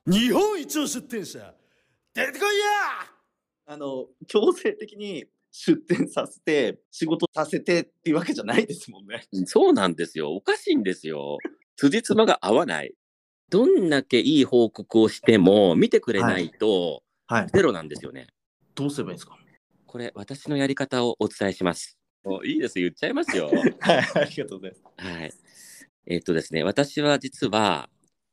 日本一の出店者出てこいや。 強制的に出店させて、仕事させてっていうわけじゃないですもんね。 そうなんですよ。おかしいんですよ。辻褄が合わない。どんだけいい報告をしても、見てくれないと、ゼロなんですよね。 どうすればいいんですか？ これ、私のやり方をお伝えします。いいです、言っちゃいますよ。 はい、ありがとうございます。 はい。ですね、私は実は、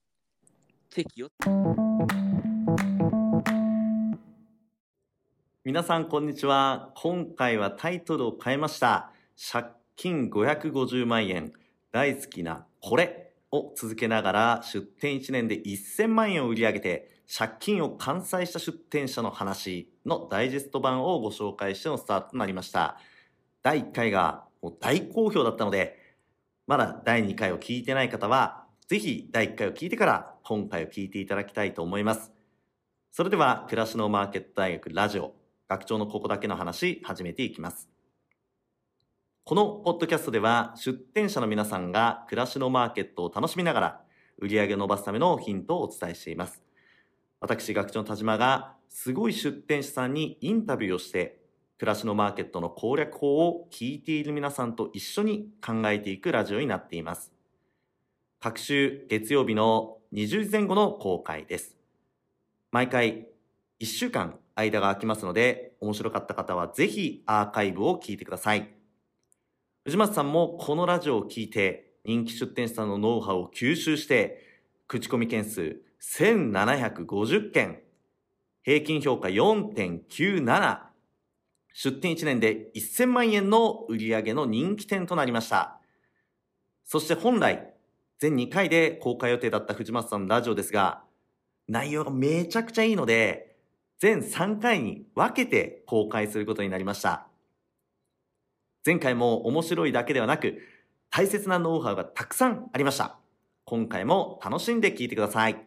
皆さんこんにちは。今回はタイトルを変えました。借金550万円、大好きなこれを続けながら出店1年で1000万円を売り上げて借金を完済した出店者の話のダイジェスト版をご紹介してのスタートとなりました。第1回がもう大好評だったので、まだ第2回を聞いてない方はぜひ第1回を聞いてから今回を聞いていただきたいと思います。それでは暮らしのマーケット大学ラジオ学長のここだけの話始めていきます。このポッドキャストでは出店者の皆さんが暮らしのマーケットを楽しみながら売り上げを伸ばすためのヒントをお伝えしています。私学長の田島がすごい出店者さんにインタビューをして暮らしのマーケットの攻略法を聞いている皆さんと一緒に考えていくラジオになっています。各週月曜日の20時前後の公開です。毎回1週間間が空きますので、面白かった方はぜひアーカイブを聞いてください。藤松さんもこのラジオを聞いて、人気出店者さんのノウハウを吸収して、口コミ件数1750件、平均評価 4.97、出店1年で1000万円の売り上げの人気店となりました。そして本来、全2回で公開予定だった藤松さんのラジオですが、内容がめちゃくちゃいいので、全3回に分けて公開することになりました。前回も面白いだけではなく、大切なノウハウがたくさんありました。今回も楽しんで聞いてください。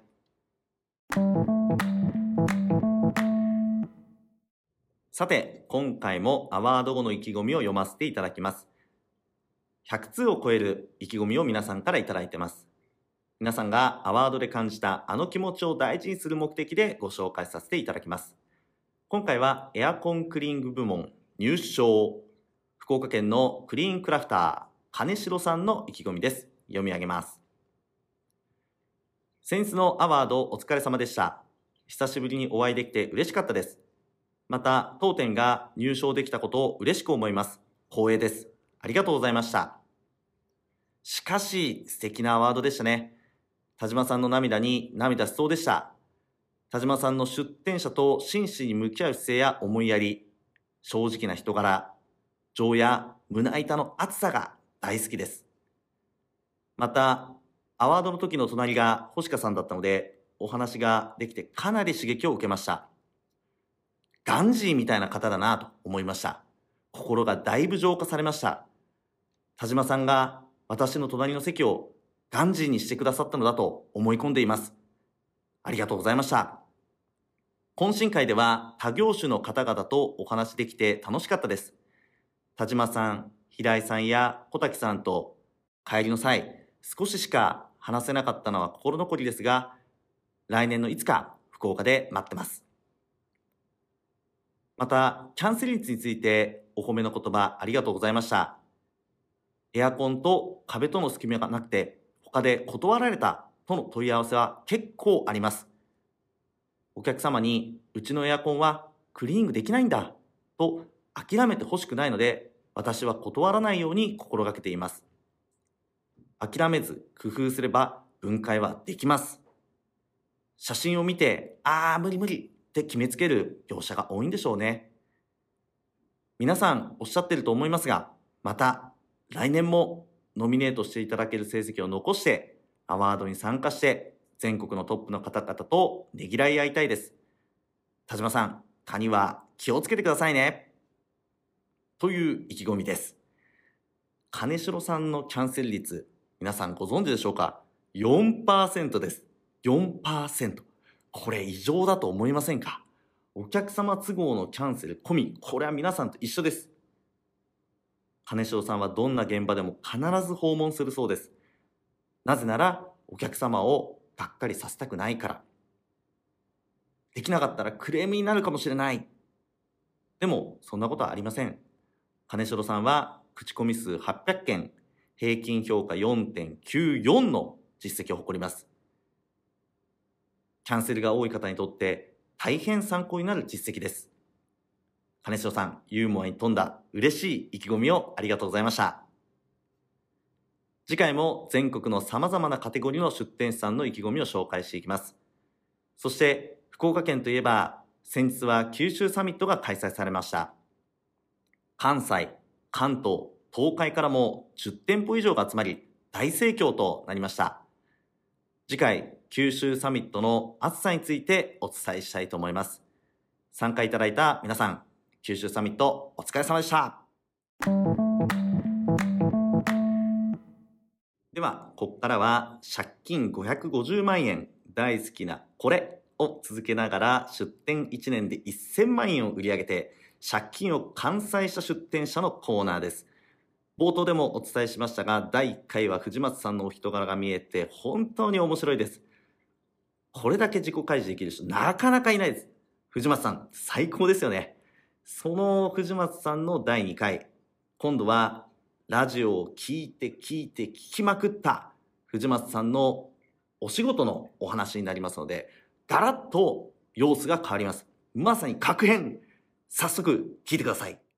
さて、今回もアワード後の意気込みを読ませていただきます。100通を超える意気込みを皆さんからいただいてます。皆さんがアワードで感じたあの気持ちを大事にする目的でご紹介させていただきます。今回はエアコンクリーニング部門入賞、福岡県のクリーンクラフター金城さんの意気込みです。読み上げます。先日のアワードお疲れ様でした。久しぶりにお会いできて嬉しかったです。また当店が入賞できたことを嬉しく思います。光栄です。ありがとうございました。しかし素敵なアワードでしたね。田島さんの涙に涙しそうでした。田島さんの出店者と真摯に向き合う姿勢や思いやり、正直な人柄、情や胸板の熱さが大好きです。また、アワードの時の隣が星香さんだったので、お話ができてかなり刺激を受けました。ガンジーみたいな方だなと思いました。心がだいぶ浄化されました。田島さんが私の隣の席をガンジーにしてくださったのだと思い込んでいます。ありがとうございました。懇親会では他業種の方々とお話できて楽しかったです。田島さん、平井さんや小滝さんと帰りの際、少ししか話せなかったのは心残りですが、来年のいつか福岡で待ってます。また、キャンセル率についてお褒めの言葉ありがとうございました。エアコンと壁との隙間がなくて、他で断られたとの問い合わせは結構あります。お客様に、うちのエアコンはクリーニングできないんだと諦めてほしくないので、私は断らないように心がけています。諦めず工夫すれば分解はできます。写真を見て、無理無理って決めつける業者が多いんでしょうね。皆さんおっしゃってると思いますが、また来年もノミネートしていただける成績を残して、アワードに参加して、全国のトップの方々とねぎらい合いたいです。田島さん、蚊には気をつけてくださいね。という意気込みです。金城さんのキャンセル率、皆さんご存知でしょうか？ 4% です。4%。これ異常だと思いませんか？お客様都合のキャンセル込み、これは皆さんと一緒です。金城さんはどんな現場でも必ず訪問するそうです。なぜなら、お客様をがっかりさせたくないから。 できなかったらクレームになるかもしれない。でも、そんなことはありません。金城さんは、口コミ数800件、平均評価 4.94 の実績を誇ります。キャンセルが多い方にとって大変参考になる実績です。金城さん、ユーモアに富んだ嬉しい意気込みをありがとうございました。次回も全国の様々なカテゴリーの出店者さんの意気込みを紹介していきます。そして、福岡県といえば、先日は九州サミットが開催されました。関西、関東、東海からも10店舗以上が集まり、大盛況となりました。次回、九州サミットの暑さについてお伝えしたいと思います。参加いただいた皆さん、九州サミットお疲れ様でした。では、ここからは借金550万円、大好きなこれを続けながら出店1年で1000万円を売り上げて、借金を完済した出店者のコーナーです。冒頭でもお伝えしましたが、第1回は藤松さんのお人柄が見えて本当に面白いです。これだけ自己開示できる人なかなかいないです。藤松さん、最高ですよね。その藤松さんの第2回、今度はラジオを聞きまくった藤松さんのお仕事のお話になりますので、ガラッと様子が変わります。まさに確変。早速聞いてください。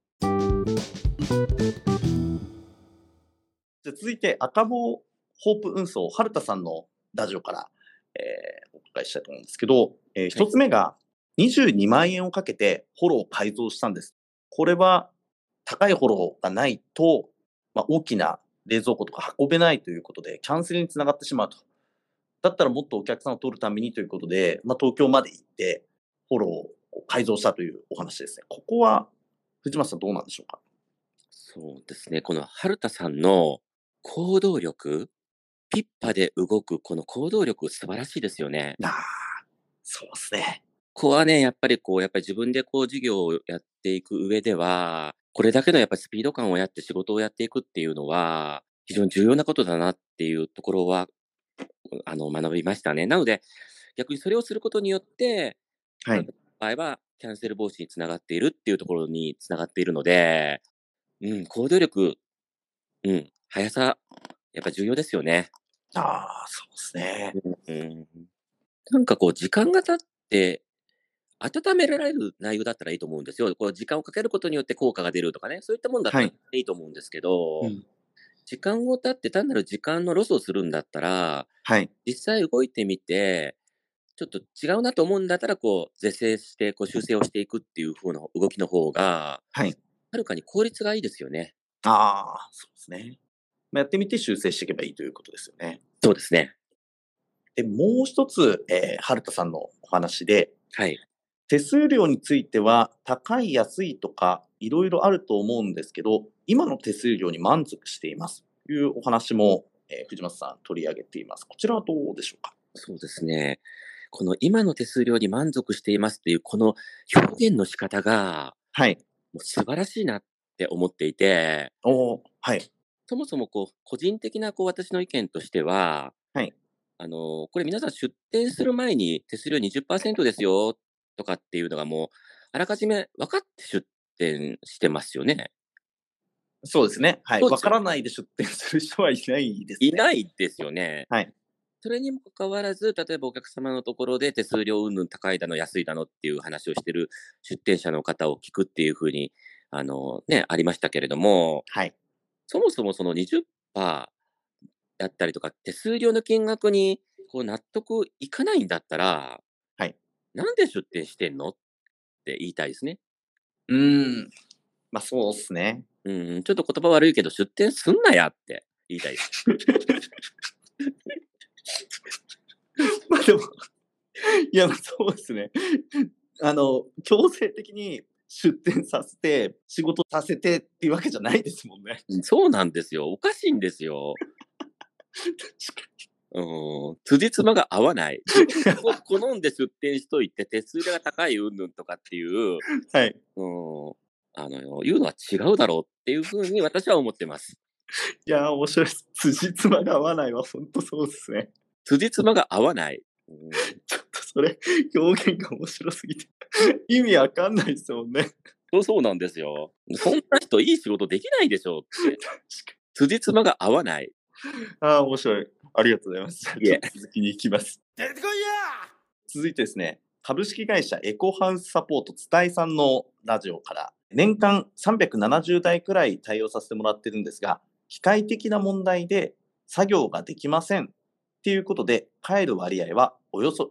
じゃあ続いて赤棒ホープ運送春田さんのラジオから、お伺いしたいと思うんですけど、一つ目が22万円をかけてフォローを改造したんです。これは高いフォローがないと、大きな冷蔵庫とか運べないということでキャンセルにつながってしまうと。だったらもっとお客さんを取るためにということで、東京まで行ってフォローを改造したというお話ですね。ここは藤松さんどうなんでしょうか？ そうですね。この春田さんの行動力、ピッパで動くこの行動力素晴らしいですよね。 そうですね。 ここはね、やっぱり自分で事業をやっていく上では、これだけのやっぱりスピード感をやって仕事をやっていくっていうのは、非常に重要なことだなっていうところは、学びましたね。なので、逆にそれをすることによって、 はい。 場合はキャンセル防止につながっているっていうところにつながっているので、行動力、速さ、やっぱ重要ですよね。 そうですね。 なんか時間が経って、温められる内容だったらいいと思うんですよ。時間をかけることによって効果が出るとかね、そういったもんだったらいいと思うんですけど、時間を経って単なる時間のロスをするんだったら、実際動いてみて、ちょっと違うなと思うんだったら、是正して、修正をしていくっていう風な動きの方が、はるかに効率がいいですよね。 そうですね。やってみて修正していけばいいということですよね。 そうですね。 で、もう一つ、春田さんのお話で、 はい。 手数料については高い安いとかいろいろあると思うんですけど、今の手数料に満足していますというお話も、藤松さん取り上げています。こちらはどうでしょうか？ そうですね。この今の手数料に満足していますっていうこの表現の仕方が、もう素晴らしいなって思っていて、そもそも個人的な私の意見としては、これ皆さん出店する前に手数料 20% ですよとかっていうのがもうあらかじめ分かって出店してますよね。 そうですね。分からないで出店する人はいないですね。 いないですよね。それにもかかわらず、例えばお客様のところで手数料云々高いだの安いだのっていう話をしてる出店者の方を聞くっていうふうに、ありましたけれども、そもそもその 20% だったりとか、手数料の金額に納得いかないんだったら、なんで出店してんのって言いたいですね。 そうですね。 ちょっと言葉悪いけど、出店すんなやって言いたいです。 でも、そうですね。強制的に出店させて、仕事させてっていうわけじゃないですもんね。 そうなんですよ。おかしいんですよ。辻褄が合わない。好んで出店しといて、手数料が高い云々とかっていう、言うのは違うだろうっていうふうに私は思ってます。 いやー、面白いです。辻褄が合わないは本当そうですね。 辻褄が合わない。 ちょっとそれ、表現が面白すぎて、意味わかんないですもんね。 そうなんですよ。そんな人いい仕事できないでしょって。 確か辻褄が合わない。 ああ、面白い。ありがとうございます。じゃあいえちょっと続きに行きます。 出てこいや。 続いてですね、株式会社エコハウスサポート伝えさんのラジオから、年間370台くらい対応させてもらってるんですが、機械的な問題で作業ができませんっていうことで、帰る割合はおよそ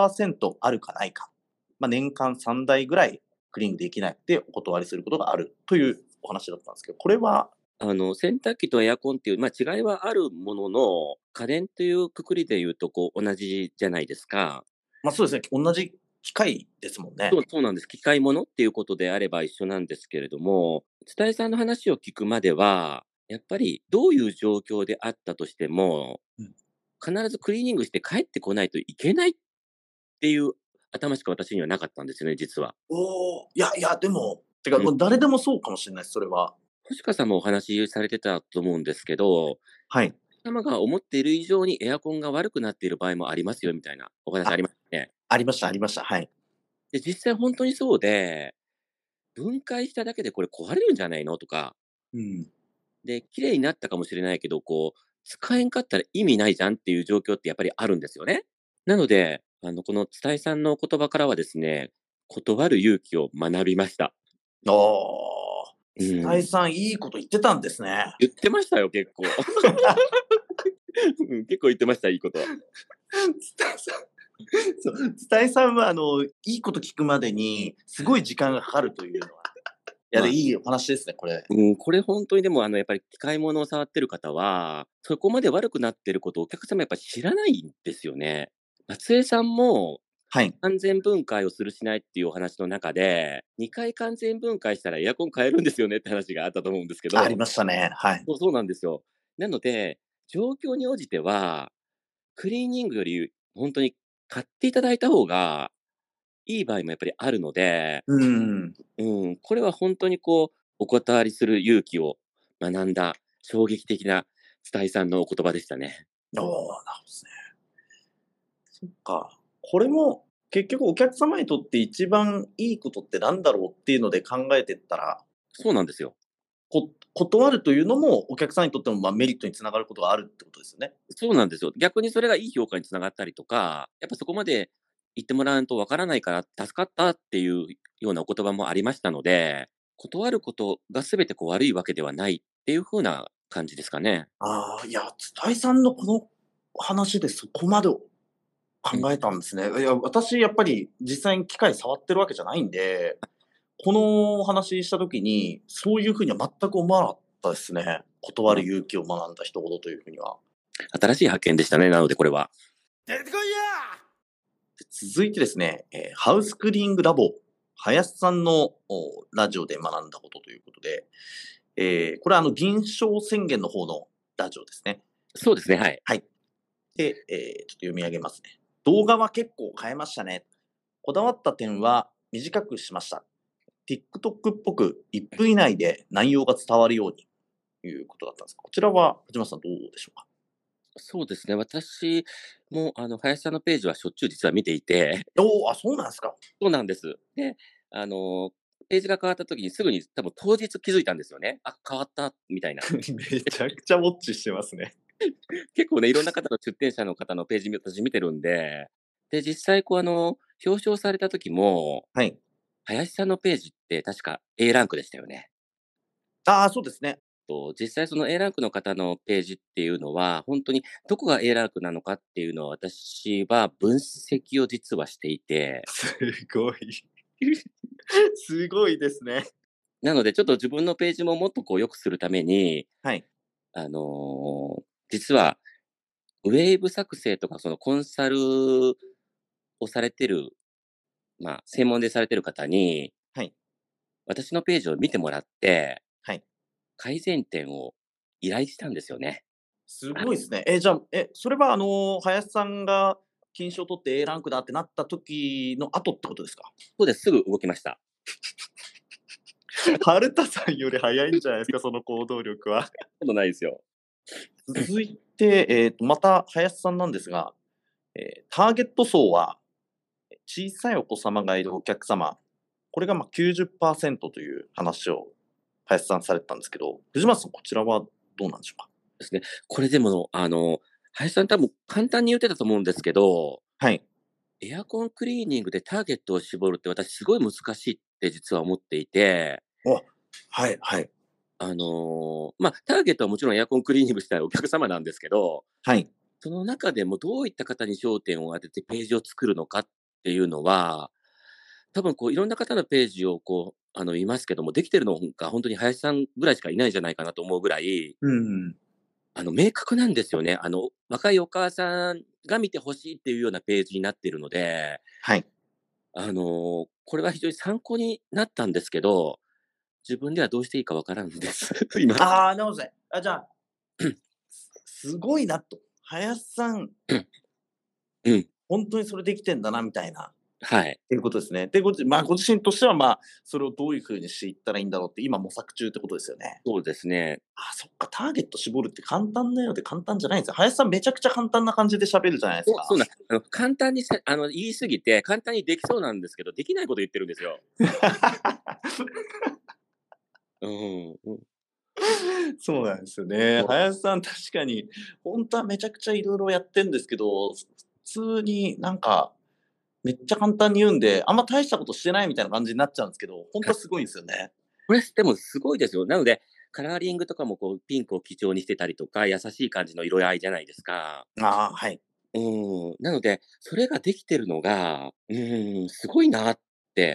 1% あるかないか。年間3台ぐらいクリーニングできないでお断りすることがあるというお話だったんですけど、これは洗濯機とエアコンっていう、違いはあるものの、家電というくくりで言うと、同じじゃないですか。 そうですね、同じ機械ですもんね。 そうなんです。機械物っていうことであれば一緒なんですけれども、伝えさんの話を聞くまでは、やっぱりどういう状況であったとしても、 うん必ずクリーニングして帰ってこないといけないっていう頭しか私にはなかったんですよね、実は。 いやいや、でも、てか、 うんもう誰でもそうかもしれないです、それは。 星川さんもお話しされてたと思うんですけど、 はい。 様が思っている以上にエアコンが悪くなっている場合もありますよみたいなお話あ、 ありましたね。 ありましたありました。はい。 で、実際本当にそうで、分解しただけでこれ壊れるんじゃないのとか、 うん。 で、綺麗になったかもしれないけど、使えんかったら意味ないじゃんっていう状況ってやっぱりあるんですよね。なので、この伝えさんのお言葉からはですね、断る勇気を学びました。 ああ、 う伝えん。 さんいいこと言ってたんですね。 言ってましたよ、結構。うん、結構言ってました、いいことは。 伝えさんそう、伝えさんはいいこと聞くまでにすごい時間がかかるというのは、 まあ、 いいお話ですね、これ。 うん、これ本当にでも、やっぱり機械物を触ってる方は、そこまで悪くなってることをお客様やっぱ知らないんですよね。松江さんも、 はい。 完全分解をするしないっていうお話の中で、2回完全分解したらエアコン買えるんですよねって話があったと思うんですけありど、 ましたね。はい。 そうなんですよ。なので、状況に応じては、クリーニングより本当に買っていただいた方がいい場合もやっぱりあるので、 うん。 これは本当にお断りする勇気を学んだ衝撃的な伝えさんのお言葉でしたね。 なるほどですね。そっか。これも結局お客様にとって一番いいことってなんだろうっていうので考えてったら、 そうなんですよ。 断るというのもお客さんにとってもメリットにつながることがあるってことですよね。 そうなんですよ。逆にそれがいい評価につながったりとか、やっぱそこまで言ってもらわんとわからないから助かったっていうようなお言葉もありましたので、断ることが全て悪いわけではないっていう風な感じですかね。 ああ、いや、伝いさんのこの話でそこまでうん。 考えたんですね。いや、私やっぱり実際に機械触ってるわけじゃないんで、このお話した時に、そういう風には全く思わなかったですね。断るあ、 勇気を学んだ一言という風には。 新しい発見でしたね、なのでこれは。 出てこいや。 続いてですね、ハウスクリーニングラボ、林さんのラジオで学んだことということで、これは銀賞宣言の方のラジオですね。 そうですね、はい。 はい。で、ちょっと読み上げますね。動画は結構変えましたね。こだわった点は短くしました。TikTok っぽく1分以内で内容が伝わるようにということだったんですが、こちらは藤本さんどうでしょうか？ そうですね、私も林さんのページはしょっちゅう実は見ていて、 そうなんですか。 そうなんです。で、ページが変わった時にすぐに多分当日気づいたんですよね。あ、変わったみたいな。 めちゃくちゃウォッチしてますね。 結構ね、いろんな方の出店者の方のページ私見てるんで、で、実際表彰された時も、 はい。 林さんのページって確か A ランクでしたよね。 ああ、そうですね。 実際その A ランクの方のページっていうのは、本当にどこが A ランクなのかっていうのは、私は分析を実はしていて、 すごい。すごいですね。 なのでちょっと自分のページももっと良くするために、 はい。 あの、実はウェーブ作成とかそのコンサルをされてる、専門でされてる方に、 はい。 私のページを見てもらって、 はい。 改善点を依頼したんですよね。 すごいですね。じゃあ、それは林さんが金賞を取って A ランクだってなった時の後ってことですか？ そうです、すぐ動きました。 春田さんより早いんじゃないですか、その行動力は。 ことないですよ。 続いて、また林さんなんですが、ターゲット層は小さいお子様がいるお客様、これが90% という話を林さんされてたんですけど、藤松さん、こちらはどうなんでしょうか？ ですね。これでも、林さん多分簡単に言ってたと思うんですけど、 はい。 エアコンクリーニングでターゲットを絞るって私すごい難しいって実は思っていて、 はいはい。 ターゲットはもちろんエアコンクリーニングしたいお客様なんですけど、 はい。 その中でもどういった方に焦点を当ててページを作るのかっていうのは、多分いろんな方のページを見ますけども、できてるのが本当に林さんぐらいしかいないんじゃないかなと思うぐらい、 うん。 明確なんですよね。若いお母さんが見てほしいっていうようなページになっているので、 はい。 これは非常に参考になったんですけど、自分ではどうしていいかわからんです。今。 ああ、なるほどね。じゃあ、すごいなと。林さん、 うん。 本当にそれできてんだなみたいな。 はい。 っていうことですね。で、ご自身としては、それをどういう風にしていったらいいんだろうって、今模索中ってことですよね。 そうですね。 そっか、ターゲット絞るって簡単なようで簡単じゃないんですよ。林さんめちゃくちゃ簡単な感じで喋るじゃないですか。 そう簡単に言い過ぎて、簡単にできそうなんですけど、できないこと言ってるんですよ。うん。 そうなんですよね。林さん確かに、本当はめちゃくちゃいろいろやってんですけど、普通にめっちゃ簡単に言うんで、あんま大したことしてないみたいな感じになっちゃうんですけど、本当はすごいんですよね。 これでもすごいですよ。なので、カラーリングとかもピンクを基調にしてたりとか、優しい感じの色合いじゃないですか。 はい。 なので、それができてるのが、すごいなって、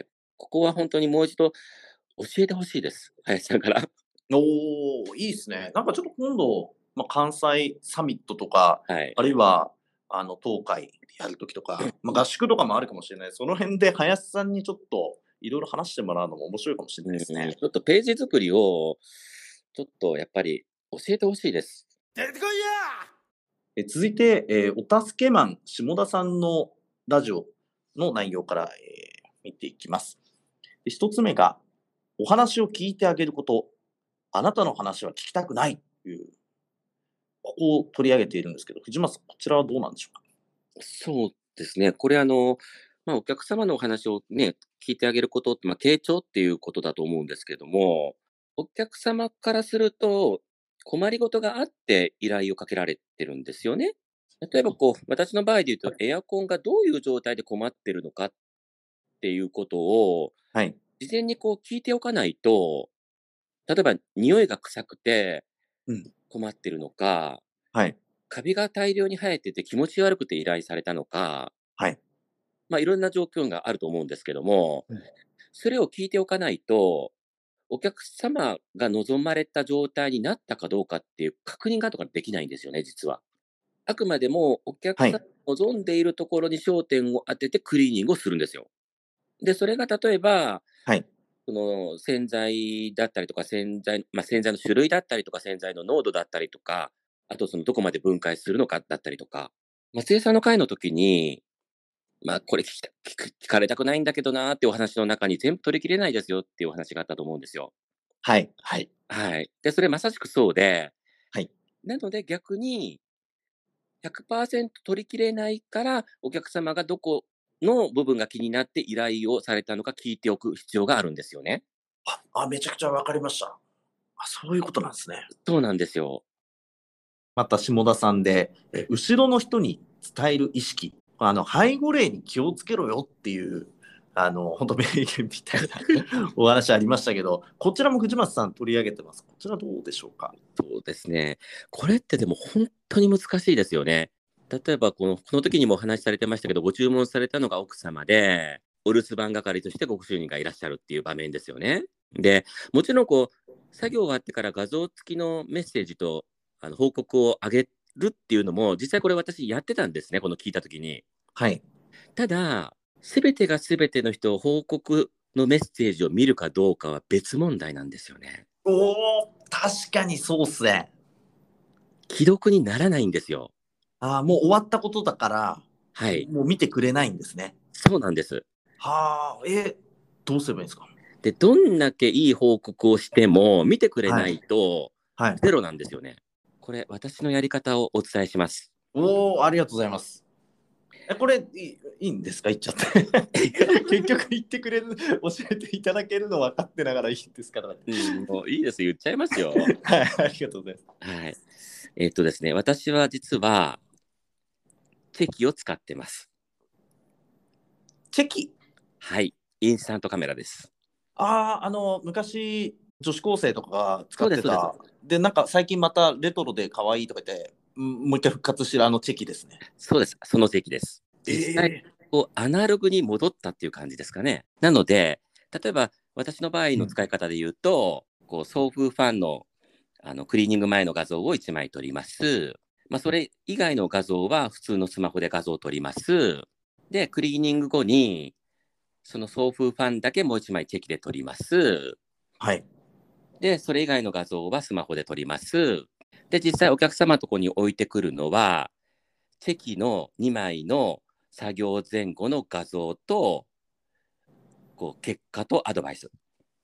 ここは本当にもう一度教えてほしいです。林さんから。 おお、いいですね。ちょっと今度、関西サミットとか、 はい。 あるいは、東海やるときとか、合宿とかもあるかもしれない。その辺で林さんにちょっといろいろ話してもらうのも面白いかもしれないですね。 ちょっとページ作りを、ちょっとやっぱり教えてほしいです。 出てこいや続いて、お助けマン下田さんのラジオの内容から、見ていきます。一つ目が、お話を聞いてあげること、あなたの話は聞きたくないという、ここを取り上げているんですけど、藤松さん、こちらはどうなんでしょうか？ そうですね。これお客様のお話をね、聞いてあげることって、傾聴っていうことだと思うんですけども、お客様からすると、困りごとがあって依頼をかけられてるんですよね。例えば私の場合で言うと、エアコンがどういう状態で困ってるのかっていうことを、 はい。 事前に聞いておかないと、例えば匂いが臭くてうん。 困ってるのか、 はい。 カビが大量に生えてて気持ち悪くて依頼されたのか、 はい。 いろんな状況があると思うんですけども、 うん。 それを聞いておかないと、お客様が望まれた状態になったかどうかっていう確認がとかできないんですよね、実は。あくまでもお客さんはい。 が望んでいるところに焦点を当ててクリーニングをするんですよ。で、それが例えば、 はい。 その洗剤だったりとか、洗剤の種類だったりとか、洗剤の濃度だったりとか、あとそのどこまで分解するのかだったりとか、松江さんの会の時に、これ聞かれたくないんだけどなーっていうお話の中に全部取り切れないですよっていうお話があったと思うんですよ。 はい。はい。 はい。で、それまさしくそうで、 はい。 なので逆に100%取り切れないから、お客様がどこの部分が気になって依頼をされたのか聞いておく必要があるんですよね。 めちゃくちゃわかりました。そういうことなんですね。 そうなんですよ。 また下田さんで、後ろの人に伝える意識、背後霊に気をつけろよっていう、本当名言みたいなお話ありましたけど、こちらも藤松さん取り上げてます。こちらどうでしょうか？ そうですね。これってでも本当に難しいですよね。例えばこの時にもお話しされてましたけど、ご注文されたのが奥様で、お留守番係としてご主人がいらっしゃるっていう場面ですよね。で、もちろん作業終わってから画像付きのメッセージと報告を上げるっていうのも、実際これ私やってたんですね、聞いた時に。 はい。 ただ、すべてがすべての人を報告のメッセージを見るかどうかは別問題なんですよね。 確かにそうっすね。 既読にならないんですよ。 もう終わったことだから、 はい。 もう見てくれないんですね。 そうなんです。 どうすればいいんですか？ で、どんだけいい報告をしても、見てくれないと、 はい。 ゼロなんですよね。これ、私のやり方をお伝えします。 ありがとうございます。 これいいんですか、言っちゃって結局言ってくれる、教えていただけるの分かってながらいいんですから、 もういいです、言っちゃいますよ。 はい、ありがとうございます。 はい。ですね、私は実はチェキを使ってます。 チェキ。 はい、インスタントカメラです。 昔女子高生とかが使そうです、そうってた。 です。 で、なんか最近またレトロで可愛いとか言って、もう一回復活してるチェキですね。 そうです、そのチェキです。実際、アナログに戻ったっていう感じですかね。なので、例えば私の場合の使い方で言うと、送風ファンのクリーニング前の画像を1枚撮ります。それ以外の画像は普通のスマホで画像を撮ります。で、クリーニング後に、その送風ファンだけもう1枚チェキで撮ります。 はい。 で、それ以外の画像はスマホで撮ります。で、実際お客様のところに置いてくるのは、チェキの2枚の作業前後の画像と、結果とアドバイス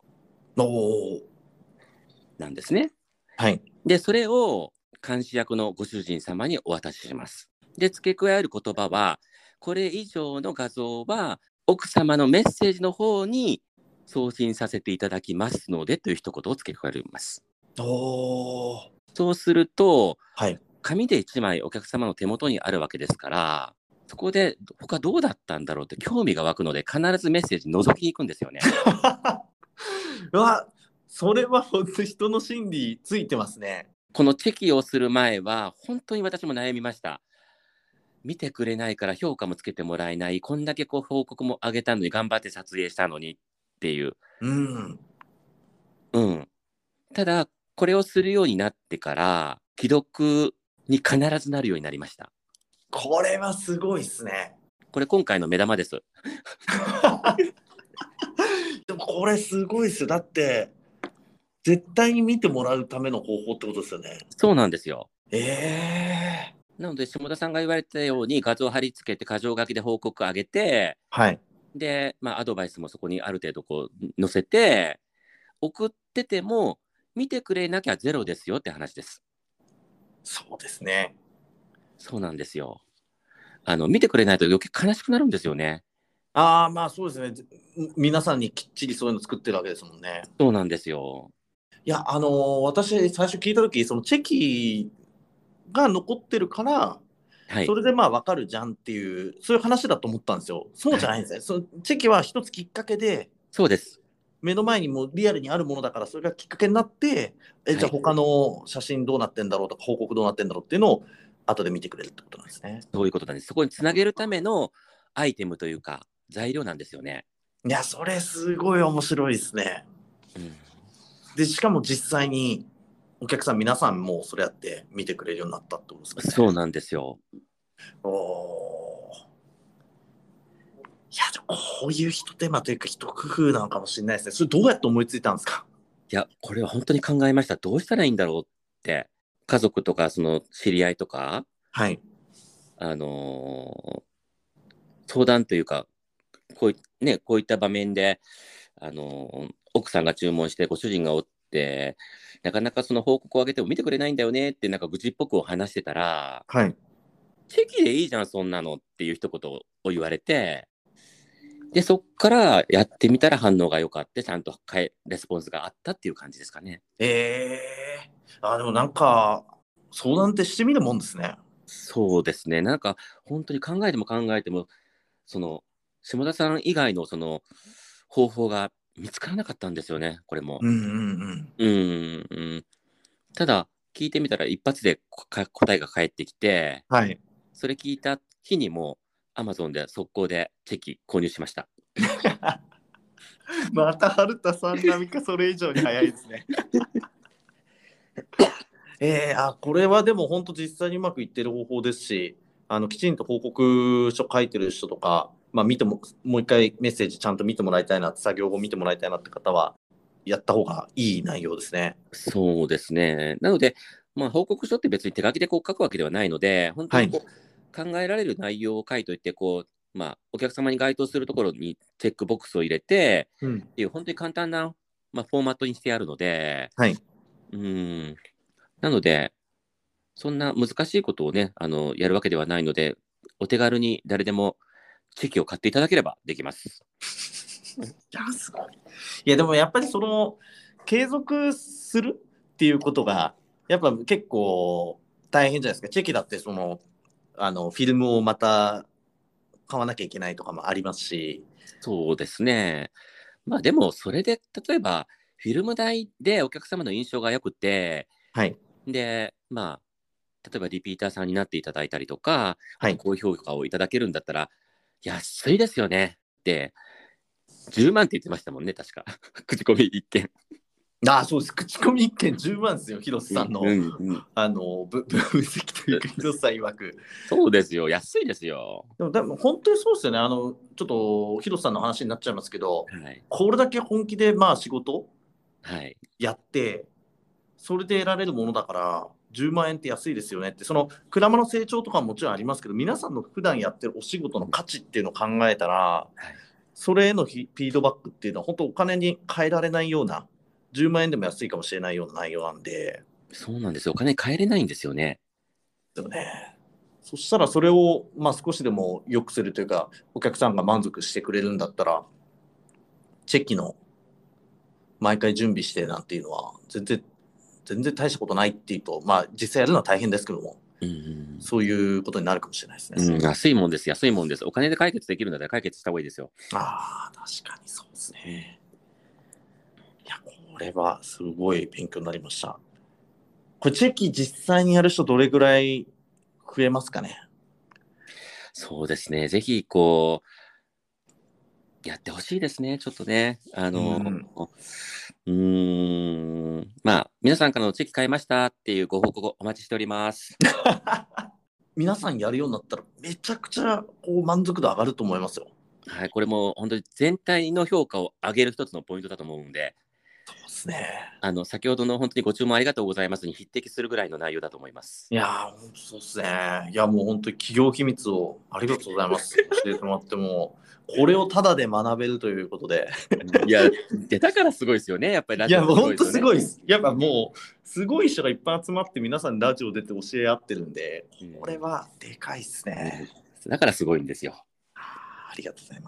なんですね。 はい。 で、それを監視役のご主人様にお渡しします。で、付け加える言葉は、これ以上の画像は奥様のメッセージの方に送信させていただきますのでという一言を付け加えます。そうすると、 はい、 紙で1枚お客様の手元にあるわけですから、そこで他どうだったんだろうって興味が湧くので、必ずメッセージ覗きに行くんですよね。 うわ、それは本当に人の心理ついてますね。 このチェキをする前は、本当に私も悩みました。見てくれないから評価もつけてもらえない、こんだけ報告も上げたのに頑張って撮影したのにっていう。ただ、これをするようになってから、既読に必ずなるようになりました。 これはすごいですね。 これ今回の目玉です。 でもこれすごいですよ。だって、絶対に見てもらうための方法ってことですよね。 そうなんですよ。 なので、下田さんが言われたように、画像を貼り付けて、箇条書きで報告上げて、 はい。 で、アドバイスもそこにある程度載せて、送ってても、見てくれなきゃゼロですよって話です。 そうですね。 そうなんですよ。見てくれないと余計悲しくなるんですよね。 そうですね。皆さんにきっちりそういうの作ってるわけですもんね。 そうなんですよ。 いや、私、最初聞いたとき、そのチェキが残ってるから、 はい。 それで分かるじゃんっていう、そういう話だと思ったんですよ。そうじゃないんですね。そのチェキは一つきっかけで、 そうです。 目の前にもリアルにあるものだから、それがきっかけになって、じゃあ他の写真どうなってんだろうとか、報告どうなってんだろうっていうのを、後で見てくれるってことなんですね。 そういうことなんです。そこにつなげるためのアイテムというか、材料なんですよね。 いや、それすごい面白いですね。で、しかも実際に、お客さん皆さんもそれやって見てくれるようになったってことですかね。 そうなんですよ。 いや、でもこういう一手間というか一工夫なのかもしれないですね。それどうやって思いついたんですか？ いや、これは本当に考えました。どうしたらいいんだろうって。家族とか、その知り合いとか、 はい。 相談というか、こういった場面で、奥さんが注文してご主人がおって、なかなかその報告を上げても見てくれないんだよねってなんか愚痴っぽく話してたら、 はい。 チェキでいいじゃん、そんなのっていう一言を言われて、で、そっからやってみたら反応が良かった、ちゃんとレスポンスがあったっていう感じですかね。 でもなんか、相談ってしてみるもんですね。 そうですね。なんか、本当に考えても考えても、その、下田さん以外のその方法が見つからなかったんですよね、これも。ただ、聞いてみたら一発で答えが返ってきて、 はい。 それ聞いた日にも Amazon で速攻でチェキ購入しました。 また春田さん並みかそれ以上に早いですね。これはでも本当実際にうまくいってる方法ですし、きちんと報告書書いてる人とか、見てもう一回メッセージちゃんと見てもらいたいな、作業後見てもらいたいなって方はやった方がいい内容ですね。 そうですね。なので、報告書って別に手書きで書くわけではないので、本当に考えられる内容を書いといて、お客様に該当するところにチェックボックスを入れて、っていう本当に簡単な、フォーマットにしてあるので、なので、そんな難しいことをね、やるわけではないので、 お手軽に誰でもチェキを買っていただければできます。 いや、すごい。いや、でもやっぱり継続するっていうことが、やっぱ結構大変じゃないですか。チェキだってフィルムをまた買わなきゃいけないとかもありますし。 そうですね。まあでも、それで、例えば、フィルム代でお客様の印象が良くて、 はい。 で、まあ、例えばリピーターさんになっていただいたりとか、 はい。 高評価をいただけるんだったら、安いですよねって、10万って言ってましたもんね、確か。口コミ1件。 ああ、そうです。口コミ1件10万ですよ、広瀬さんの、 分析というか、広瀬さん曰く。 そうですよ、安いですよ。 でも本当にそうですよね。ちょっと広瀬さんの話になっちゃいますけど、 はい。 これだけ本気で仕事はい。 やって、それで得られるものだから10万円って安いですよねって、鞍馬の成長とかももちろんありますけど、皆さんの普段やってるお仕事の価値っていうのを考えたら、 はい、 それへのフィードバックっていうのは本当お金に換えられないような、10万円でも安いかもしれないような内容なんで。 そうなんですよ。お金変えれないんですよね。 でもね、そしたらそれを少しでも良くするというか、お客さんが満足してくれるんだったら、チェキの毎回準備してなんていうのは全然大したことないっていうと、実際やるのは大変ですけども、そういうことになるかもしれないですね。 安いもんです、安いもんです。お金で解決できるんだったら解決した方がいいですよ。 ああ、確かにそうですね。いや、これはすごい勉強になりました。これチェキ実際にやる人どれぐらい増えますかね。 そうですね。ぜひやってほしいですね。ちょっとね。皆さんからのチェキ買いましたっていうご報告をお待ちしております。 皆さんやるようになったらめちゃくちゃ満足度上がると思いますよ。 はい、これも本当に全体の評価を上げる一つのポイントだと思うんで。 そうですね。 先ほどの本当にご注文ありがとうございますに匹敵するぐらいの内容だと思います。 いやー、本当そうですね。いや、もう本当に企業秘密をありがとうございます。教えてもらっても、これをタダで学べるということで。 いや、だからすごいですよね。やっぱりラジオ、 いや、本当すごいです。やっぱもう、すごい人がいっぱい集まって皆さんラジオ出て教え合ってるんで、これはでかいですね。 だからすごいんですよ。 ありがとうございます。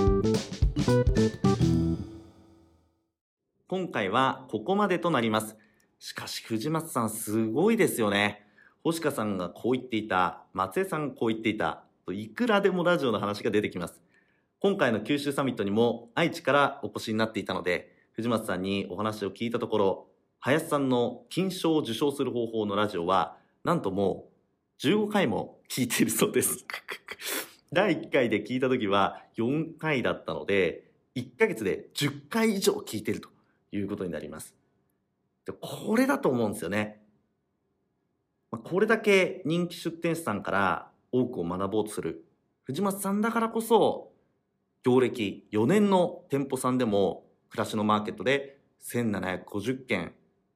今回はここまでとなります。しかし藤松さんすごいですよね。星香さんがこう言っていた、松江さんがこう言っていたと、いくらでもラジオの話が出てきます。今回の九州サミットにも愛知からお越しになっていたので、藤松さんにお話を聞いたところ、林さんの金賞を受賞する方法のラジオはなんともう15回も聞いているそうです第1回で聞いた時は4回だったので、1ヶ月で10回以上聞いているということになります。で、これだと思うんですよね。これだけ人気出店者さんから多くを学ぼうとする藤松さんだからこそ、業歴4年の店舗さんでも暮らしのマーケットで1750件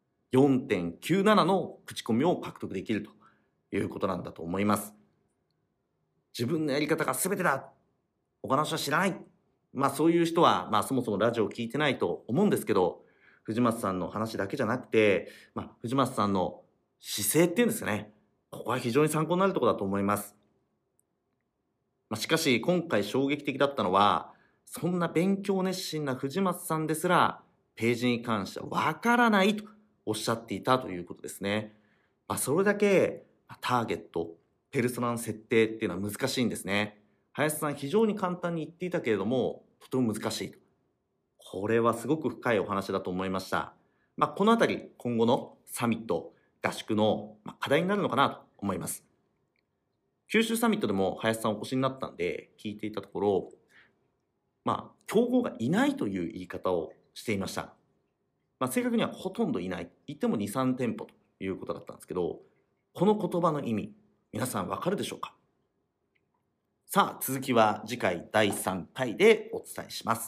4.97 の口コミを獲得できるということなんだと思います。自分のやり方が全てだ、他の人は知らない、そういう人はそもそもラジオを聞いてないと思うんですけど、藤松さんの話だけじゃなくて、藤松さんの姿勢っていうんですかね、ここは非常に参考になるところだと思います。しかし今回衝撃的だったのは、そんな勉強熱心な藤松さんですらページに関してはわからないとおっしゃっていたということですね。それだけターゲット、ペルソナの設定っていうのは難しいんですね。林さん非常に簡単に言っていたけれども、とても難しいと。これはすごく深いお話だと思いました。このあたり今後のサミット、合宿の課題になるのかなと思います。九州サミットでも林さんお越しになったんで聞いていたところ、競合がいないという言い方をしていました。正確にはほとんどいない。言っても2、3店舗ということだったんですけど、この言葉の意味、皆さんわかるでしょうか？さあ、続きは次回第3回でお伝えします。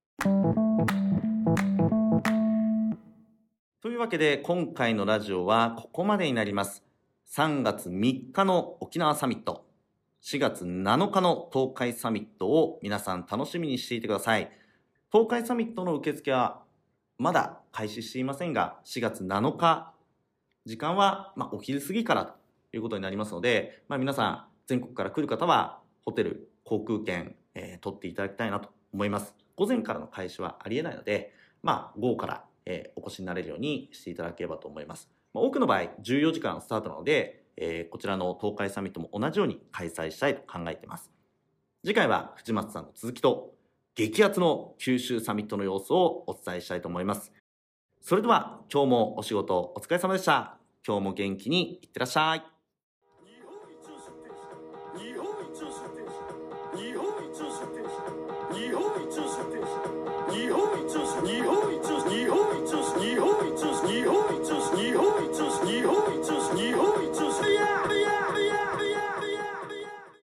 というわけで今回のラジオはここまでになります。3月3日の沖縄サミット、4月7日の東海サミットを皆さん楽しみにしていてください。東海サミットの受付はまだ開始していませんが、4月7日、時間はお昼過ぎからということになりますので、皆さん全国から来る方はホテル、航空券、取っていただきたいなと思います。午前からの開始はありえないので、午後から、お越しになれるようにしていただければと思います。多くの場合、14時からのスタートなので、こちらの東海サミットも同じように開催したいと考えています。次回は藤松さんの続きと、激アツの九州サミットの様子をお伝えしたいと思います。それでは今日もお仕事お疲れ様でした。今日も元気にいってらっしゃい。 日本一を出店した日本一を出店した日本一を出店した日本一を出店した日本